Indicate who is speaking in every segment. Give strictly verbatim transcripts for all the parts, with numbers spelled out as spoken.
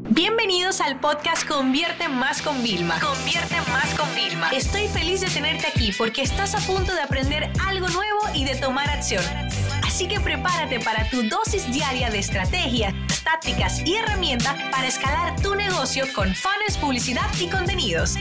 Speaker 1: Bienvenidos al podcast Convierte Más con Vilma. Convierte Más con Vilma. Estoy feliz de tenerte aquí porque estás a punto de aprender algo nuevo y de tomar acción. Así que prepárate para tu dosis diaria de estrategias, tácticas y herramientas para escalar tu negocio con funnels, publicidad y contenidos.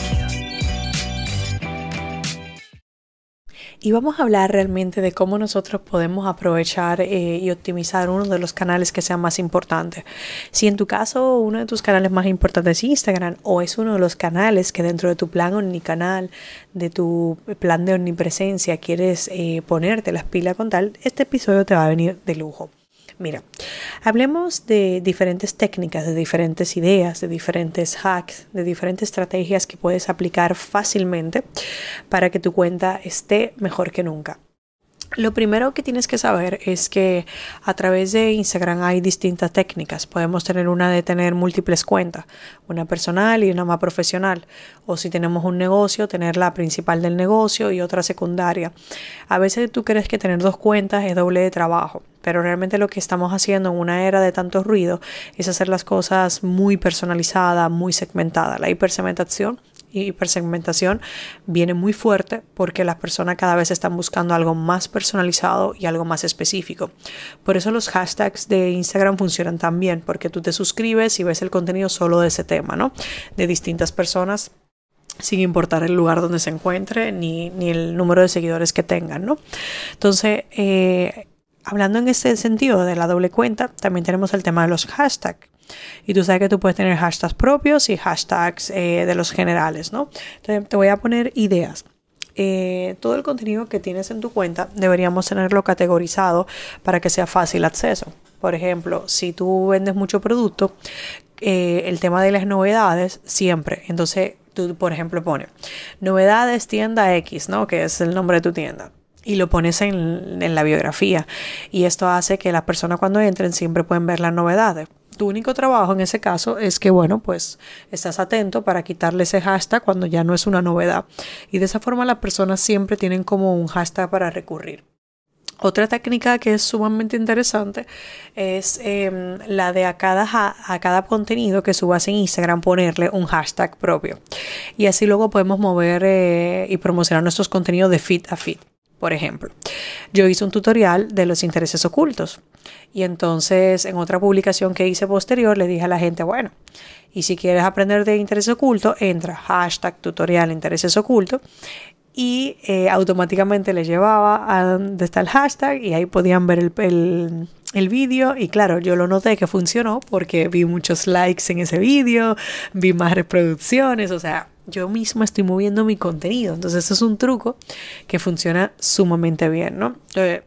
Speaker 2: Y vamos a hablar realmente de cómo nosotros podemos aprovechar eh, y optimizar uno de los canales que sea más importante. Si en tu caso uno de tus canales más importantes es Instagram o es uno de los canales que dentro de tu plan omnicanal, de tu plan de omnipresencia quieres eh, ponerte las pilas con tal, este episodio te va a venir de lujo. Mira, hablemos de diferentes técnicas, de diferentes ideas, de diferentes hacks, de diferentes estrategias que puedes aplicar fácilmente para que tu cuenta esté mejor que nunca. Lo primero que tienes que saber es que a través de Instagram hay distintas técnicas. Podemos tener una de tener múltiples cuentas, una personal y una más profesional. O si tenemos un negocio, tener la principal del negocio y otra secundaria. A veces tú crees que tener dos cuentas es doble de trabajo, pero realmente lo que estamos haciendo en una era de tanto ruido es hacer las cosas muy personalizadas, muy segmentadas. La hipersegmentación y hipersegmentación viene muy fuerte porque las personas cada vez están buscando algo más personalizado y algo más específico. Por eso los hashtags de Instagram funcionan tan bien, porque tú te suscribes y ves el contenido solo de ese tema, ¿no? De distintas personas, sin importar el lugar donde se encuentre ni, ni el número de seguidores que tengan, ¿no? Entonces, eh, hablando en este sentido de la doble cuenta, también tenemos el tema de los hashtags. Y tú sabes que tú puedes tener hashtags propios y hashtags eh, de los generales, ¿no? Entonces te voy a poner ideas. Eh, todo el contenido que tienes en tu cuenta deberíamos tenerlo categorizado para que sea fácil acceso. Por ejemplo, si tú vendes mucho producto, eh, el tema de las novedades siempre. Entonces tú, por ejemplo, pones novedades tienda X, ¿no? Que es el nombre de tu tienda. Y lo pones en, en la biografía. Y esto hace que las personas cuando entren siempre pueden ver las novedades. Tu único trabajo en ese caso es que, bueno, pues estás atento para quitarle ese hashtag cuando ya no es una novedad. Y de esa forma las personas siempre tienen como un hashtag para recurrir. Otra técnica que es sumamente interesante es eh, la de a cada, a cada contenido que subas en Instagram ponerle un hashtag propio. Y así luego podemos mover eh, y promocionar nuestros contenidos de feed a feed. Por ejemplo, yo hice un tutorial de los intereses ocultos y entonces en otra publicación que hice posterior le dije a la gente, bueno, y si quieres aprender de intereses ocultos, entra hashtag tutorial intereses ocultos y eh, automáticamente le llevaba a donde está el hashtag y ahí podían ver el, el, el vídeo y claro, yo lo noté que funcionó porque vi muchos likes en ese vídeo, vi más reproducciones, o sea, yo misma estoy moviendo mi contenido. Entonces, eso es un truco que funciona sumamente bien, ¿no? Entonces,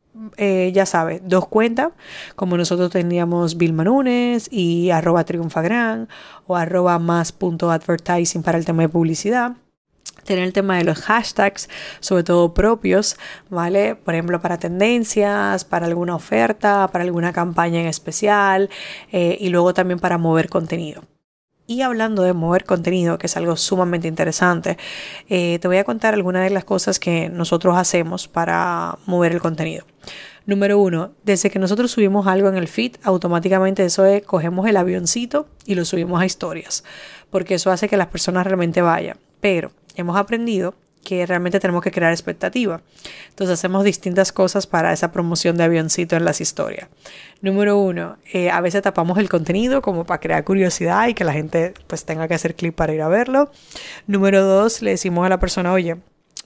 Speaker 2: eh, ya sabes, dos cuentas, como nosotros teníamos Vilma Núñez y arroba triunfagran o arroba más punto advertising para el tema de publicidad. Tener el tema de los hashtags, sobre todo propios, ¿vale? Por ejemplo, para tendencias, para alguna oferta, para alguna campaña en especial eh, y luego también para mover contenido. Y hablando de mover contenido, que es algo sumamente interesante, eh, te voy a contar algunas de las cosas que nosotros hacemos para mover el contenido. Número uno, desde que nosotros subimos algo en el feed, automáticamente eso es, cogemos el avioncito y lo subimos a historias, porque eso hace que las personas realmente vayan. Pero hemos aprendido que realmente tenemos que crear expectativa. Entonces hacemos distintas cosas para esa promoción de avioncito en las historias. Número uno, eh, a veces tapamos el contenido como para crear curiosidad y que la gente pues tenga que hacer clic para ir a verlo. Número dos, le decimos a la persona, oye,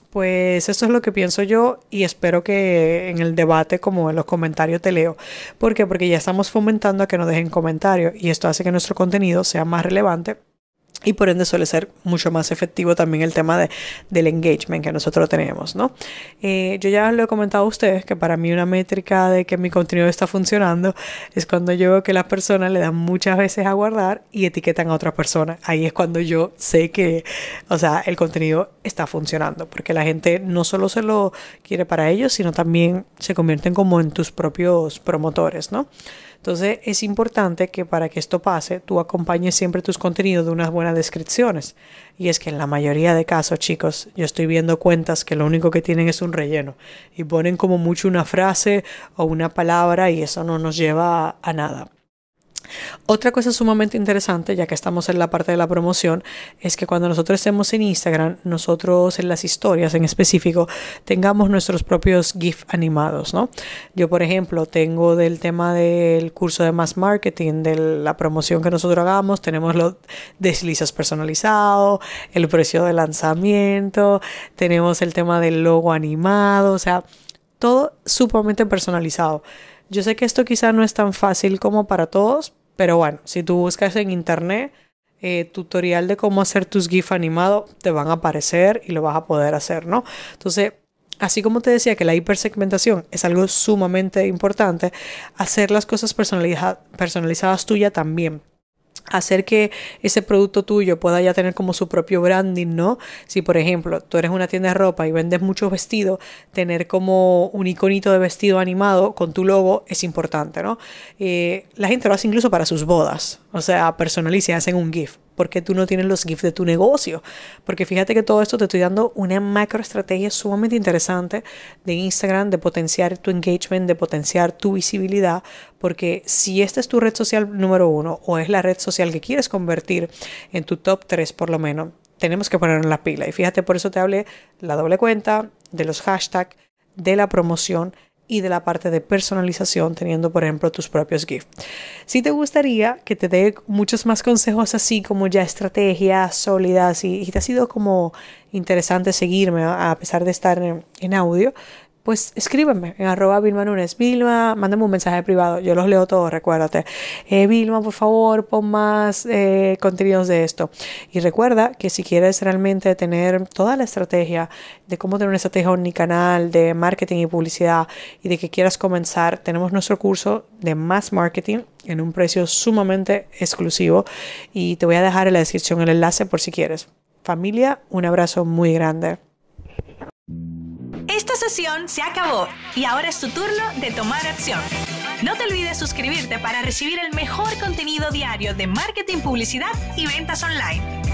Speaker 2: pues esto es lo que pienso yo y espero que en el debate como en los comentarios te leo. ¿Por qué? Porque ya estamos fomentando a que nos dejen comentarios y esto hace que nuestro contenido sea más relevante. Y por ende suele ser mucho más efectivo también el tema de, del engagement que nosotros tenemos, ¿no? Eh, yo ya lo he comentado a ustedes que para mí una métrica de que mi contenido está funcionando es cuando yo veo que las personas le dan muchas veces a guardar y etiquetan a otra persona. Ahí es cuando yo sé que, o sea, el contenido está funcionando porque la gente no solo se lo quiere para ellos, sino también se convierten como en tus propios promotores, ¿no? Entonces es importante que para que esto pase, tú acompañes siempre tus contenidos de unas buenas descripciones. Y es que en la mayoría de casos, chicos, yo estoy viendo cuentas que lo único que tienen es un relleno. Y ponen como mucho una frase o una palabra y eso no nos lleva a, a nada. Otra cosa sumamente interesante, ya que estamos en la parte de la promoción, es que cuando nosotros estemos en Instagram, nosotros en las historias en específico, tengamos nuestros propios GIF animados, ¿no? Yo, por ejemplo, tengo del tema del curso de Mass Marketing, de la promoción que nosotros hagamos, tenemos los deslizos personalizados, el precio de lanzamiento, tenemos el tema del logo animado, o sea, todo sumamente personalizado. Yo sé que esto quizá no es tan fácil como para todos, pero bueno, si tú buscas en internet eh, tutorial de cómo hacer tus GIF animados, te van a aparecer y lo vas a poder hacer, ¿no? Entonces, así como te decía que la hipersegmentación es algo sumamente importante, hacer las cosas personaliza- personalizadas tuya también. Hacer que ese producto tuyo pueda ya tener como su propio branding, ¿no? Si, por ejemplo, tú eres una tienda de ropa y vendes muchos vestidos, tener como un iconito de vestido animado con tu logo es importante, ¿no? Eh, la gente lo hace incluso para sus bodas. O sea, personaliza y hacen un GIF. ¿Por qué tú no tienes los GIFs de tu negocio? Porque fíjate que todo esto te estoy dando una macroestrategia sumamente interesante de Instagram, de potenciar tu engagement, de potenciar tu visibilidad, porque si esta es tu red social número uno o es la red social que quieres convertir en tu top tres por lo menos, tenemos que ponernos en la pila. Y fíjate, por eso te hablé de la doble cuenta, de los hashtags, de la promoción y de la parte de personalización, teniendo, por ejemplo, tus propios GIFs. Si te gustaría que te dé muchos más consejos así como ya estrategias sólidas y, y te ha sido como interesante seguirme a pesar de estar en, en audio, pues escríbeme en arroba Vilma Núñez. Vilma, mándame un mensaje privado. Yo los leo todos, recuérdate. Eh, Vilma, por favor, pon más eh, contenidos de esto. Y recuerda que si quieres realmente tener toda la estrategia de cómo tener una estrategia omnicanal de marketing y publicidad y de que quieras comenzar, tenemos nuestro curso de Mass Marketing en un precio sumamente exclusivo. Y te voy a dejar en la descripción el enlace por si quieres. Familia, un abrazo muy grande.
Speaker 1: Esta sesión se acabó y ahora es tu turno de tomar acción. No te olvides suscribirte para recibir el mejor contenido diario de marketing, publicidad y ventas online.